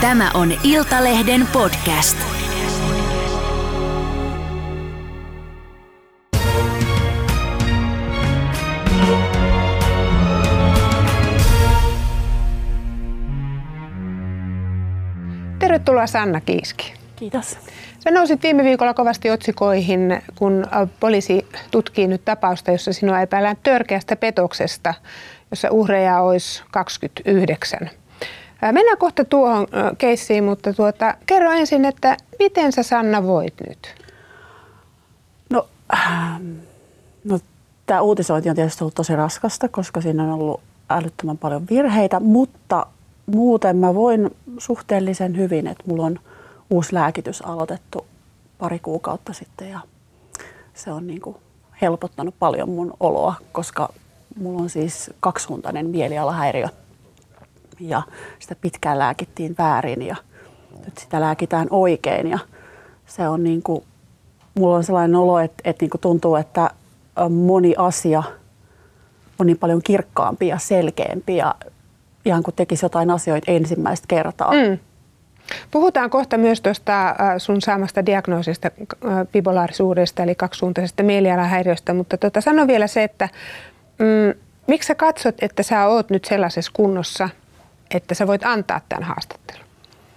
Tämä on Iltalehden podcast. Tervetuloa Sanna Kiiski. Kiitos. Sä nousit viime viikolla kovasti otsikoihin, kun poliisi tutkii nyt tapausta, jossa sinua epäillään törkeästä petoksesta, jossa uhreja olisi 29. Mennään kohta tuohon keissiin, mutta kerro ensin, että miten sä Sanna voit nyt? No tämä uutisointi on tietysti ollut tosi raskasta, koska siinä on ollut älyttömän paljon virheitä, mutta muuten mä voin suhteellisen hyvin, että mulla on uusi lääkitys aloitettu pari kuukautta sitten ja se on niinku helpottanut paljon mun oloa, koska mulla on siis kaksisuuntainen mielialahäiriö ja sitä pitkään lääkittiin väärin ja nyt sitä lääkitään oikein ja se on niinku, mulla on sellainen olo, että niinku tuntuu, että moni asia on niin paljon kirkkaampi ja selkeämpi ja ihan kun tekisi jotain asioita ensimmäistä kertaa. Puhutaan kohta myös tuosta sun saamasta diagnoosista bipolaarisuudesta eli kaksisuuntaisesta mielialahäiriöstä, mutta sano vielä se, että miksi sä katsot, että sä oot nyt sellaisessa kunnossa, että sä voit antaa tämän haastattelun?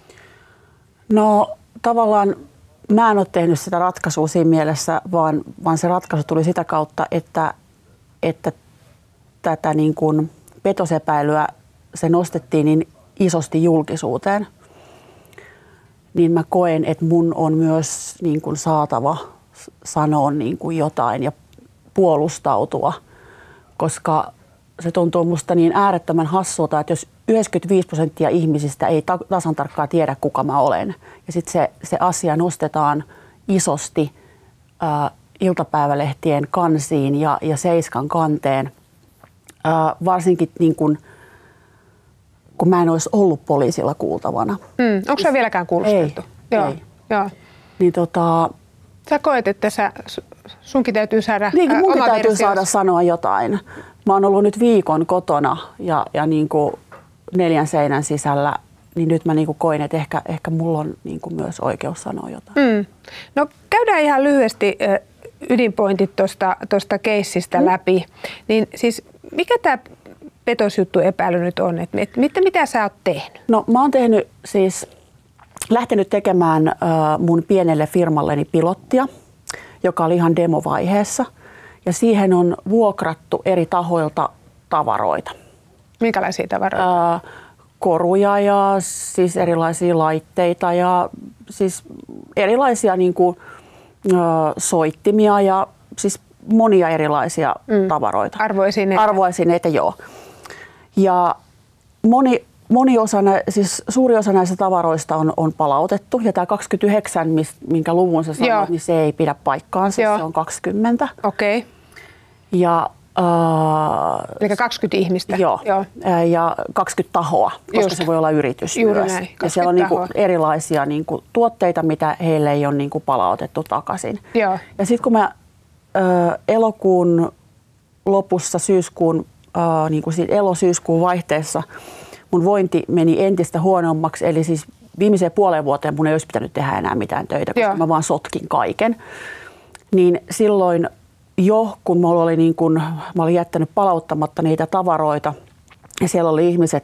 No tavallaan mä en ole tehnyt sitä ratkaisua siinä mielessä, vaan se ratkaisu tuli sitä kautta, että tätä niin kuin petosepäilyä se nostettiin niin isosti julkisuuteen, niin mä koen, että mun on myös niin kuin saatava sanoa niin kuin jotain ja puolustautua, koska se tuntuu musta niin äärettömän hassulta, että jos 95% ihmisistä ei tasan tarkkaan tiedä, kuka mä olen, ja sitten se asia nostetaan isosti iltapäivälehtien kansiin ja Seiskan kanteen, varsinkin niin kun mä en olisi ollut poliisilla kuultavana. Onko sä vieläkään kuulusteltu? Ei. Niin sä koet, että sunkin täytyy saada munkin täytyy saada sanoa jotain. Mä oon ollut nyt viikon kotona ja niin kuin 4 seinän sisällä, niin nyt mä niin kuin koin, että ehkä mulla on niin kuin myös oikeus sanoa jotain. No käydään ihan lyhyesti ydinpointit tuosta keissistä läpi. Niin siis mikä tämä petosjuttu epäily nyt on? Mitä sä oot tehnyt? No mä oon lähtenyt tekemään mun pienelle firmalleni pilottia, joka oli ihan demovaiheessa. Ja siihen on vuokrattu eri tahoilta tavaroita. Minkälaisia tavaroita? Koruja ja siis erilaisia laitteita ja siis erilaisia niin kuin, soittimia ja siis monia erilaisia tavaroita. Arvoesineitä, joo. Ja suuri osa näistä tavaroista on palautettu. Ja tämä 29, minkä luvun sä sanoit, niin se ei pidä paikkaansa. Se on 20. Okei. Ja eli 20 ihmistä. Joo. Ja 20 tahoa, koska se voi olla yritys juuri myös. Näin. Ja siellä on niinku erilaisia niinku tuotteita, mitä heille ei ole niinku palautettu takaisin. Joo. Ja sitten kun mä elokuun lopussa syyskuun, niinku elo-syyskuun vaihteessa mun vointi meni entistä huonommaksi, eli siis viimeiseen puoleen vuoteen mun ei olisi pitänyt tehdä enää mitään töitä, koska mä vaan sotkin kaiken. Niin silloin kun mä olin jättänyt palauttamatta niitä tavaroita ja siellä oli ihmiset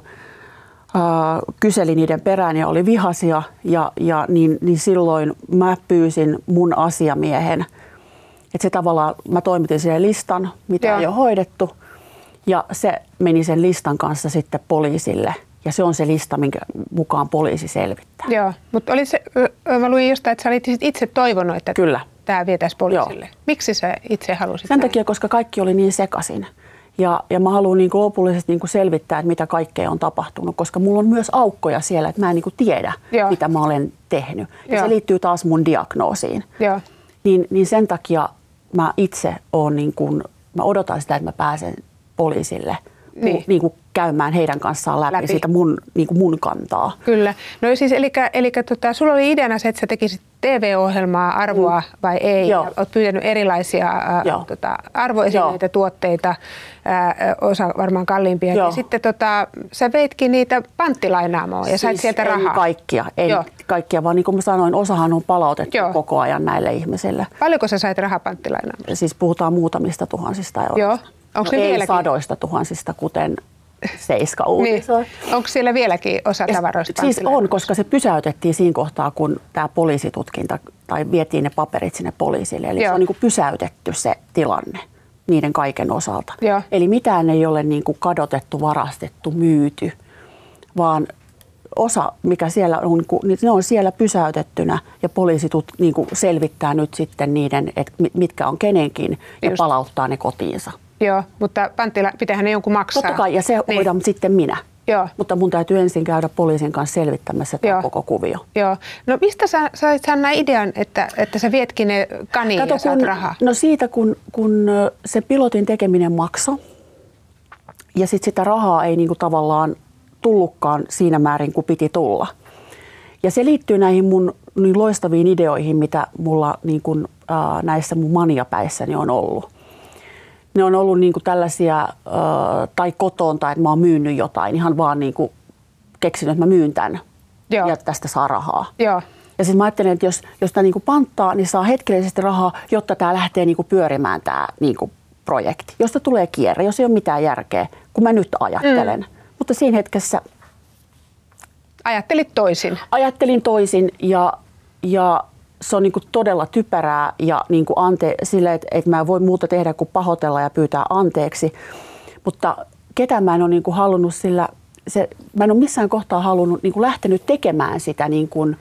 kyseli niiden perään ja oli vihaisia niin silloin mä pyysin mun asiamiehen, että se tavallaan mä toimitin siihen listan, mitä ei ole hoidettu ja se meni sen listan kanssa sitten poliisille. Ja se on se lista, minkä mukaan poliisi selvittää. Joo, mutta mä luin jostain, että sä olit itse toivonut, että kyllä. Tämä vietäisi poliisille. Joo. Miksi sä itse halusit? Sen takia, koska kaikki oli niin sekaisin. Ja mä haluan lopullisesti selvittää, että mitä kaikkea on tapahtunut, koska mulla on myös aukkoja siellä, että mä en tiedä, mitä mä olen tehnyt. Ja se liittyy taas mun diagnoosiin. Joo. Niin sen takia mä itse mä odotan sitä, että mä pääsen poliisille käymään heidän kanssaan läpi. Siitä mun kantaa. Kyllä. No siis eli sulla oli ideana se, että sä tekisit TV-ohjelmaa Arvoa vai ei. Olet pyytänyt erilaisia arvoesineitä, tuotteita, osa varmaan kalliimpia. Ja sitten sä veitkin niitä panttilainaamoon ja sait sieltä rahaa. Kaikkia, vaan niin kuin mä sanoin, osahan on palautettu koko ajan näille ihmisille. Paljonko sä sait rahaa panttilainaamoon? Siis puhutaan muutamista tuhansista euroista. Joo. Onko se ei vieläkin? Sadoista tuhansista, kuten Seiska uutisoi. Niin. Onko siellä vieläkin osa tavaroista? Siis on, koska se pysäytettiin siinä kohtaa, kun tämä poliisitutkinta, tai vietiin ne paperit sinne poliisille. Eli se on niin kuin pysäytetty se tilanne niiden kaiken osalta. Joo. Eli mitään ei ole niin kuin kadotettu, varastettu, myyty, vaan osa, mikä siellä on, niin ne on siellä pysäytettynä ja poliisi niin kuin selvittää nyt sitten niiden, että mitkä on kenenkin ja palauttaa ne kotiinsa. Joo, mutta pitäähän ne jonkun maksaa. Totta kai, ja se hoidan sitten minä. Joo. Mutta mun täytyy ensin käydä poliisin kanssa selvittämässä tämä koko kuvio. Joo. No mistä sä sait Sanna idean, että sä vietkin ne kaniin ja saat rahaa? No siitä, kun se pilotin tekeminen maksoi ja sitten sitä rahaa ei niinku tavallaan tullutkaan siinä määrin kuin piti tulla. Ja se liittyy näihin mun niin loistaviin ideoihin, mitä mulla niin kun, näissä mun maniapäissäni on ollut. Ne on ollut niin kuin tällaisia, tai kotoon, tai että mä oon myynyt jotain, ihan vaan niin kuin keksinyt, että mä myyn tämän ja tästä saa rahaa. Joo. Ja sitten mä ajattelen, että jos tämä niin kuin panttaa, niin saa hetkellisesti rahaa, jotta tämä lähtee niin kuin pyörimään tämä niin kuin projekti. Josta tulee kierre, jos ei ole mitään järkeä, kun mä nyt ajattelen. Mutta siinä hetkessä ajattelit toisin. Ajattelin toisin ja se on niin kuin todella typerää ja niin kuin sille, että mä en voi muuta tehdä kuin pahoitella ja pyytää anteeksi. Mutta ketään mä en ole niin kuin halunnut mä en ole missään kohtaa halunnut niin kuin lähtenyt tekemään sitä niin kuin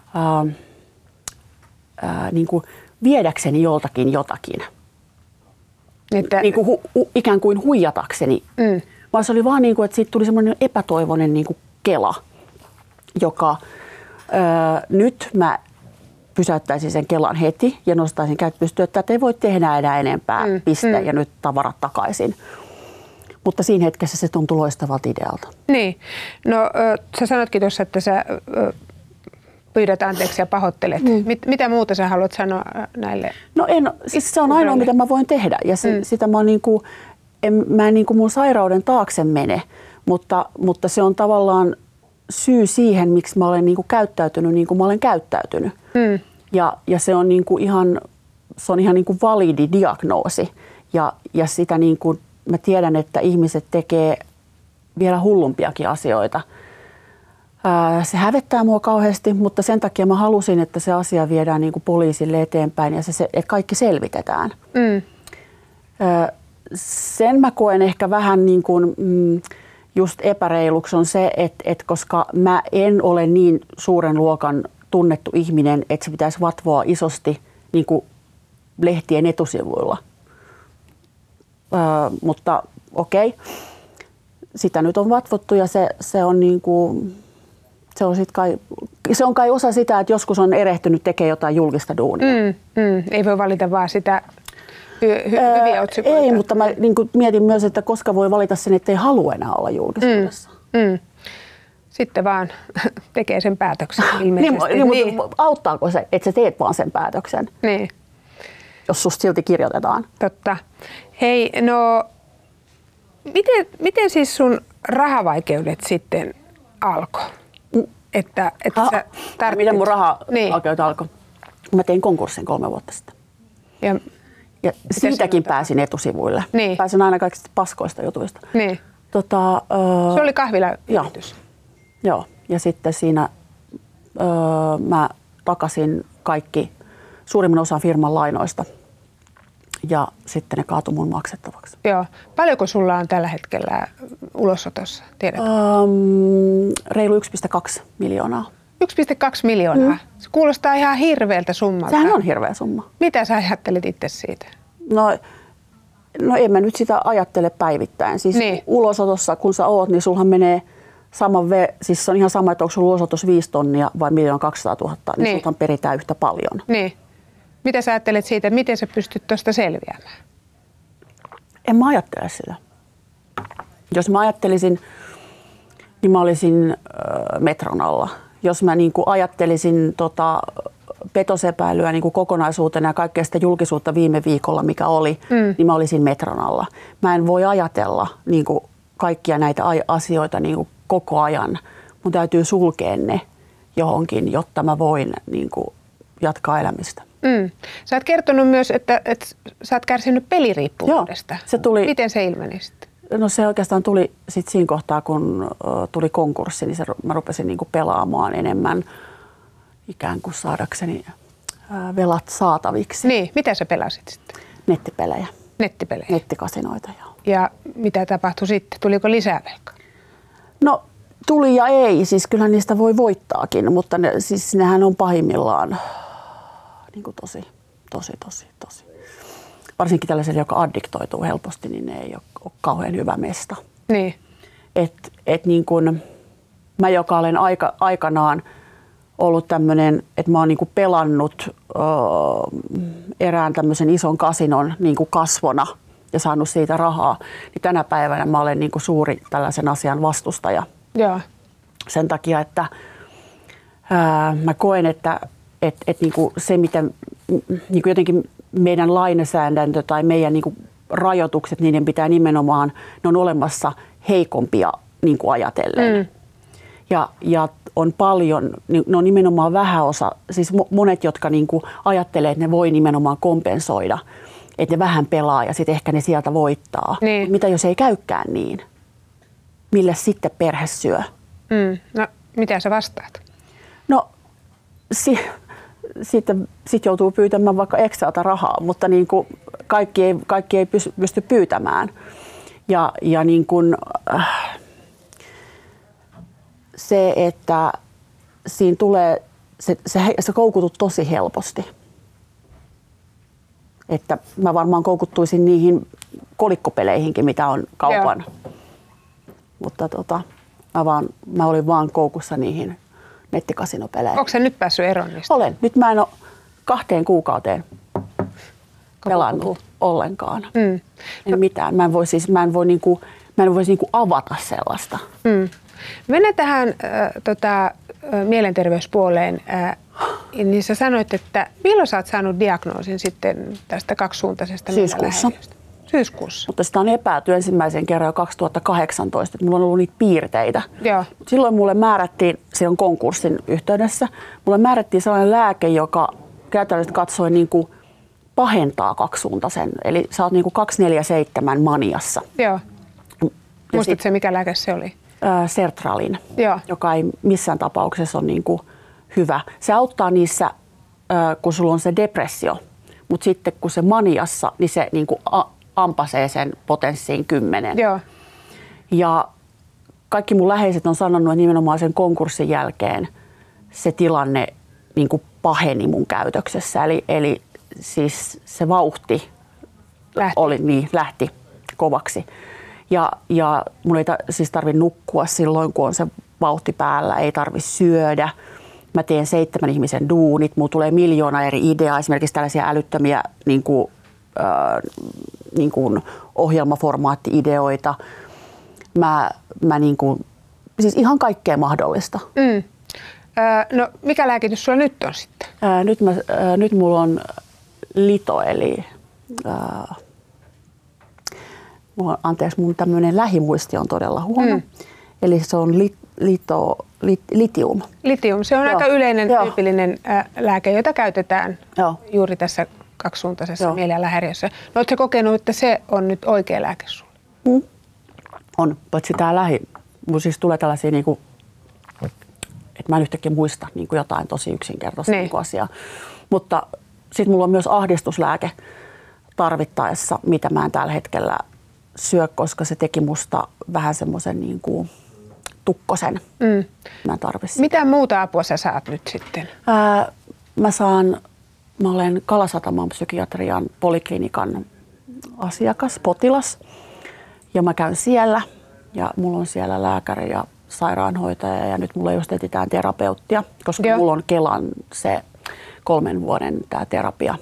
viedäkseni joltakin jotakin. Niin kuin ikään kuin huijatakseni. Vaan se oli vaan niin kuin, että siitä tuli semmoinen epätoivoinen niin kuin kela, joka nyt mä pysäyttäisin sen kelan heti ja nostaisin kädet pystyyn, että ei voi tehdä enempää, piste, ja nyt tavarat takaisin. Mutta siinä hetkessä se tuntui loistavalta idealta. Niin. No sä sanotkin tuossa, että sä pyydät anteeksi ja pahoittelet. Mitä muuta sä haluat sanoa näille? No siis se on ainoa, mitä mä voin tehdä. Ja sitä mä niinku, mä en niinku mun sairauden taakse mene, mutta se on tavallaan syy siihen, miksi mä olen niinku käyttäytynyt niin kuin mä olen käyttäytynyt. Ja se on niinku ihan niinku validi diagnoosi. Ja sitä niinku, mä tiedän, että ihmiset tekee vielä hullumpiakin asioita. Se hävettää mua kauheasti, mutta sen takia mä halusin, että se asia viedään niinku poliisille eteenpäin ja että kaikki selvitetään. Sen mä koen ehkä vähän niin kuin, just epäreiluksi on se, että koska mä en ole niin suuren luokan tunnettu ihminen, että se pitäisi vatvoa isosti niin kuin lehtien etusivuilla. Mutta okei, sitä nyt on vatvottu ja se on niin kuin, se on kai osa sitä, että joskus on erehtynyt tekemään jotain julkista duunia. Ei voi valita vaan sitä hyviä otsikoita. Ei, mutta mä niin kuin mietin myös, että koska voi valita sen, että ei halua enää olla julkisuudessa. Sitten vaan tekee sen päätöksen ilmeisesti. Niin. Auttaako se, että sä teet vaan sen päätöksen, jos susta silti kirjoitetaan? Totta. Hei, no miten siis sun rahavaikeudet sitten alkoi? Että sä miten mun rahavaikeudet alkoi? Mä tein konkurssin 3 vuotta sitten. Ja siitäkin pääsin etusivuille. Niin. Pääsin aina kaikista paskoista jutuista. Niin. Se oli kahvilayritys. Joo. Ja sitten siinä mä takasin kaikki suurimman osan firman lainoista. Ja sitten ne kaatui mun maksettavaksi. Joo. Paljonko sulla on tällä hetkellä ulosotossa? Tiedätkö? Reilu 1,2 miljoonaa. 1,2 miljoonaa? Se kuulostaa ihan hirveältä summalta. Sehän on hirveä summa. Mitä sä ajattelit itse siitä? No en mä nyt sitä ajattele päivittäin. Siis ulosotossa, kun sä oot, niin sulhan menee siis se on ihan sama, että onko sulla ulosotossa 5 tonnia vai 1 200 000, niin sulhan peritään yhtä paljon. Niin. Mitä sä ajattelet siitä, miten sä pystyt tuosta selviämään? En mä ajattele sitä. Jos mä ajattelisin, niin mä olisin metron alla. Jos mä niin kuin ajattelisin petosepäilyä niin kuin kokonaisuutena ja kaikkea sitä julkisuutta viime viikolla, mikä oli, niin mä olisin metron alla. Mä en voi ajatella niin kuin kaikkia näitä asioita niin kuin koko ajan. Mun täytyy sulkea ne johonkin, jotta mä voin niin kuin jatkaa elämistä. Sä oot kertonut myös, että sä oot kärsinyt peliriippuvuudesta. Joo, se tuli. Miten se ilmeni sitten? No se oikeastaan tuli sitten siinä kohtaa, kun tuli konkurssi, niin mä rupesin niin kuin pelaamaan enemmän ikään kuin saadakseni velat saataviksi. Niin, mitä sä pelasit sitten? Nettipelejä. Nettipelejä? Nettikasinoita, joo. Ja mitä tapahtui sitten? Tuliko lisää velkaa? No tuli ja ei, siis kyllä niistä voi voittaakin, mutta nehän on pahimmillaan niin kuin tosi. Varsinkin tällaiselle, joka addiktoituu helposti, niin ne ei ole kauhean hyvä mesta. Niin. Et niin kuin mä, joka olen aikanaan ollut tämmöinen, että mä oon niin kuin pelannut erään tämmöisen ison kasinon niin kuin kasvona ja saanut siitä rahaa, niin tänä päivänä mä olen niin kuin suuri tällaisen asian vastustaja. Joo. Sen takia, että mä koen, että niin kuin se, miten niin kuin jotenkin meidän lainsäädäntö tai meidän niin kuin rajoitukset, niiden pitää nimenomaan, ne on olemassa heikompia niin kuin ajatellen. Ja on paljon, ne on nimenomaan vähäosa, siis monet, jotka niin kuin ajattelee, että ne voi nimenomaan kompensoida, että ne vähän pelaa ja sitten ehkä ne sieltä voittaa. Niin. Mitä jos ei käykään niin? Mille sitten perhe syö? No, mitä sä vastaat? No, sitten joutuu pyytämään vaikka ekstraata rahaa, mutta niin kuin kaikki ei pysty pyytämään. Ja niin kuin, se, että siinä tulee, se koukutut tosi helposti. Että mä varmaan koukuttuisin niihin kolikkopeleihinkin, mitä on kaupan. Joo. Mutta mä olin vaan koukussa niihin nettikasinopeleihin. Onko sä nyt päässyt eroon niistä? Olen. Nyt mä en ole 2 kuukauteen pelannut ollenkaan. En mitään. Mä en voisi avata sellaista. Mennään tähän mielenterveyspuoleen. Niin sä sanoit, että milloin sä oot saanut diagnoosin sitten tästä kaksisuuntaisesta Syyskuussa. Syyskuussa. Mutta sitä on epäilty ensimmäisen kerran jo 2018, että mulla on ollut niitä piirteitä. Joo. Silloin mulle määrättiin, silloin konkurssin yhteydessä, mulle määrättiin sellainen lääke, joka käytännössä katsoen niin kuin pahentaa kaksisuuntaisen. Eli sä oot niin kuin 247 maniassa. Joo. Muistatko mikä lääke se oli? Sertralin, Joo. joka ei missään tapauksessa ole niin kuin hyvä. Se auttaa niissä, kun sulla on se depressio, mutta sitten kun se maniassa, niin se niin kuin ampasee sen potenssiin 10. Joo. Ja kaikki mun läheiset on sanonut, että nimenomaan sen konkurssin jälkeen se tilanne niin kuin paheni mun käytöksessä. Eli siis se vauhti lähti kovaksi. Ja mun ei siis tarvitse nukkua silloin, kun on se vauhti päällä, ei tarvitse syödä. Mä teen 7 ihmisen duunit, mulla tulee 1 000 000 eri ideaa, esimerkiksi tällaisia älyttömiä niin kuin ohjelmaformaatti-ideoita. Mä niin kuin, siis ihan kaikkea mahdollista. No mikä lääkitys sulla nyt on sitten? Nyt mulla on lito, eli mun tämmöinen lähimuisti on todella huono. Eli se on litium. Litium, se on aika yleinen, tyypillinen lääke, jota käytetään juuri tässä kaksisuuntaisessa mielenhäiriössä. No ootko kokenut, että se on nyt oikea lääke sulle? On, paitsi tämä siis tulee tällaisia, niin kuin, että mä en yhtäkkiä muista niin kuin jotain tosi yksinkertaista niin kuin asiaa. Mutta sitten mulla on myös ahdistuslääke tarvittaessa, mitä mä en tällä hetkellä syö, koska se teki musta vähän semmoisen niin kuin tukkosen. Mä tarvitsin. Mitä muuta apua sä saat nyt sitten? Mä olen Kalasataman psykiatrian poliklinikan asiakas, potilas. Ja mä käyn siellä ja mulla on siellä lääkäri ja sairaanhoitaja ja nyt mulla just etsitään terapeuttia, koska mulla on Kelan se 3 vuoden tää terapia,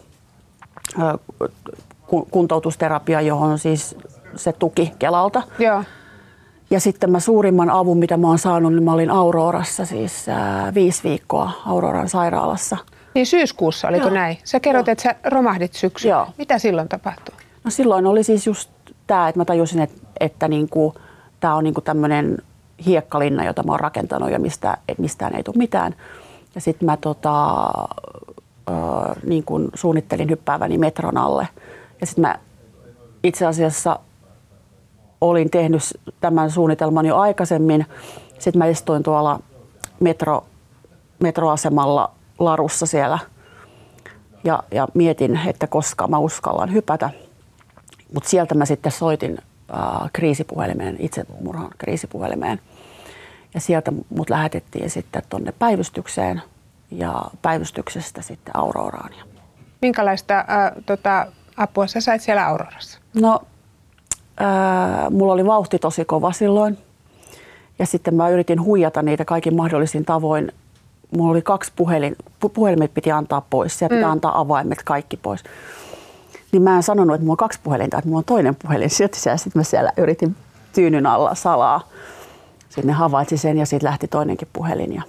kuntoutusterapia, johon on siis se tuki Kelalta. Joo. Ja sitten mä suurimman avun, mitä mä oon saanut, niin mä olin Aurorassa siis 5 viikkoa Auroran sairaalassa. Niin syyskuussa, oliko näin? Sä kerrot, että sä romahdit syksyllä. Joo. Mitä silloin tapahtui? No silloin oli siis just tämä, että mä tajusin, että niinku, tää on niinku tämmöinen hiekkalinna, jota mä oon rakentanut ja mistään ei tule mitään. Ja sitten mä niin kuin suunnittelin hyppääväni metron alle. Ja sitten mä itse asiassa olin tehnyt tämän suunnitelman jo aikaisemmin. Sitten mä istuin tuolla metroasemalla larussa siellä ja mietin, että koska mä uskallan hypätä. Mutta sieltä mä sitten soitin kriisipuhelimeen, itsemurhan kriisipuhelimeen. Ja sieltä mut lähetettiin sitten tuonne päivystykseen ja päivystyksestä sitten Auroraan. Minkälaista apua sä sait siellä Aurorassa? No, mulla oli vauhti tosi kova silloin. Ja sitten mä yritin huijata niitä kaikin mahdollisin tavoin. Mulla oli 2 puhelimet piti antaa pois. Siellä pitää antaa avaimet kaikki pois. Niin mä en sanonut, että mulla on 2 puhelinta, että mulla on toinen puhelin. Sitten mä siellä yritin tyynyn alla salaa. Sitten ne havaitsi sen ja sitten lähti toinenkin puhelin.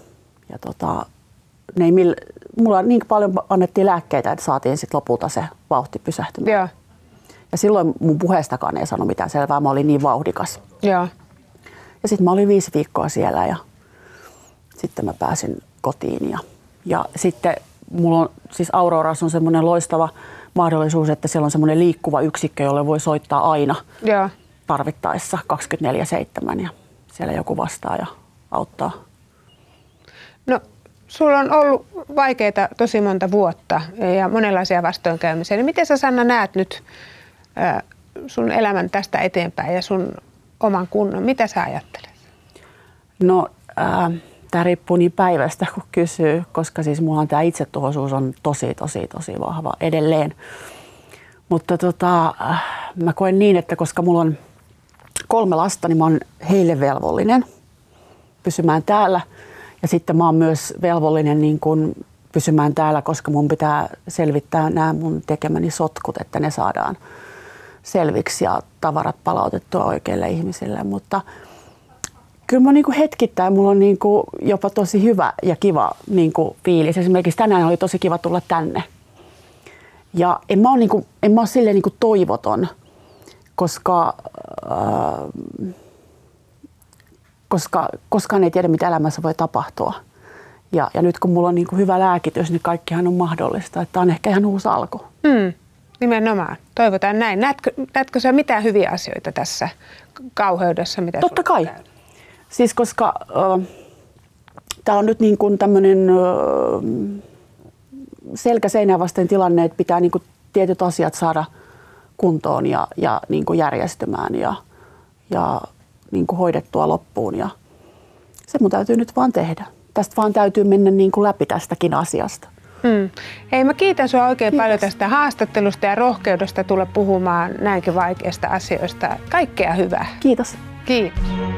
Mulla niin paljon annettiin lääkkeitä, että saatiin sitten lopulta se vauhti pysähtymään. Joo. Ja silloin mun puheestakaan ei sano mitään selvää, mä olin niin vauhdikas. Joo. Ja sitten mä olin 5 viikkoa siellä ja sitten mä pääsin kotiin. Ja sitten mulla on, siis Aurorassa on semmoinen loistava mahdollisuus, että siellä on semmoinen liikkuva yksikkö, jolle voi soittaa aina tarvittaessa 24/7 ja siellä joku vastaa ja auttaa. No, sulla on ollut vaikeita tosi monta vuotta ja monenlaisia vastoinkäymisiä. Niin miten sä, Sanna, näet nyt sun elämän tästä eteenpäin ja sun oman kunnon? Mitä sä ajattelet? No, tämä riippuu niin päivästä, kun kysyy, koska siis mulla on tämä itsetuhoisuus on tosi vahva edelleen. Mutta mä koen niin, että koska mulla on 3 lasta, niin mä oon heille velvollinen pysymään täällä. Ja sitten mä oon myös velvollinen niin kun pysymään täällä, koska mun pitää selvittää nämä mun tekemäni sotkut, että ne saadaan selviksi ja tavarat palautettua oikeille ihmisille. Mutta kyllä mä niinku hetkittäin mulla on niinku jopa tosi hyvä ja kiva niinku fiilis. Esimerkiksi tänään oli tosi kiva tulla tänne. Ja en mä ole silleen niinku toivoton, koska koskaan ei tiedä, mitä elämässä voi tapahtua. Ja nyt kun mulla on niinku hyvä lääkitys, niin kaikkihan on mahdollista. Että on ehkä ihan uusi alku. Nimenomaan. Toivotaan näin. Näetkö sä mitään hyviä asioita tässä kauheudessa? Mitä totta kai. Käy? Siis koska tämä on nyt niin kuin tämmöinen selkä seinää vasten tilanne, että pitää niin kuin tietyt asiat saada kuntoon ja niin kuin järjestymään ja niin kuin hoidettua loppuun. Ja se mun täytyy nyt vaan tehdä. Tästä vaan täytyy mennä niin kuin läpi tästäkin asiasta. Hei, mä kiitän sua oikein paljon tästä haastattelusta ja rohkeudesta tulla puhumaan näinkin vaikeista asioista. Kaikkea hyvää. Kiitos. Kiitos.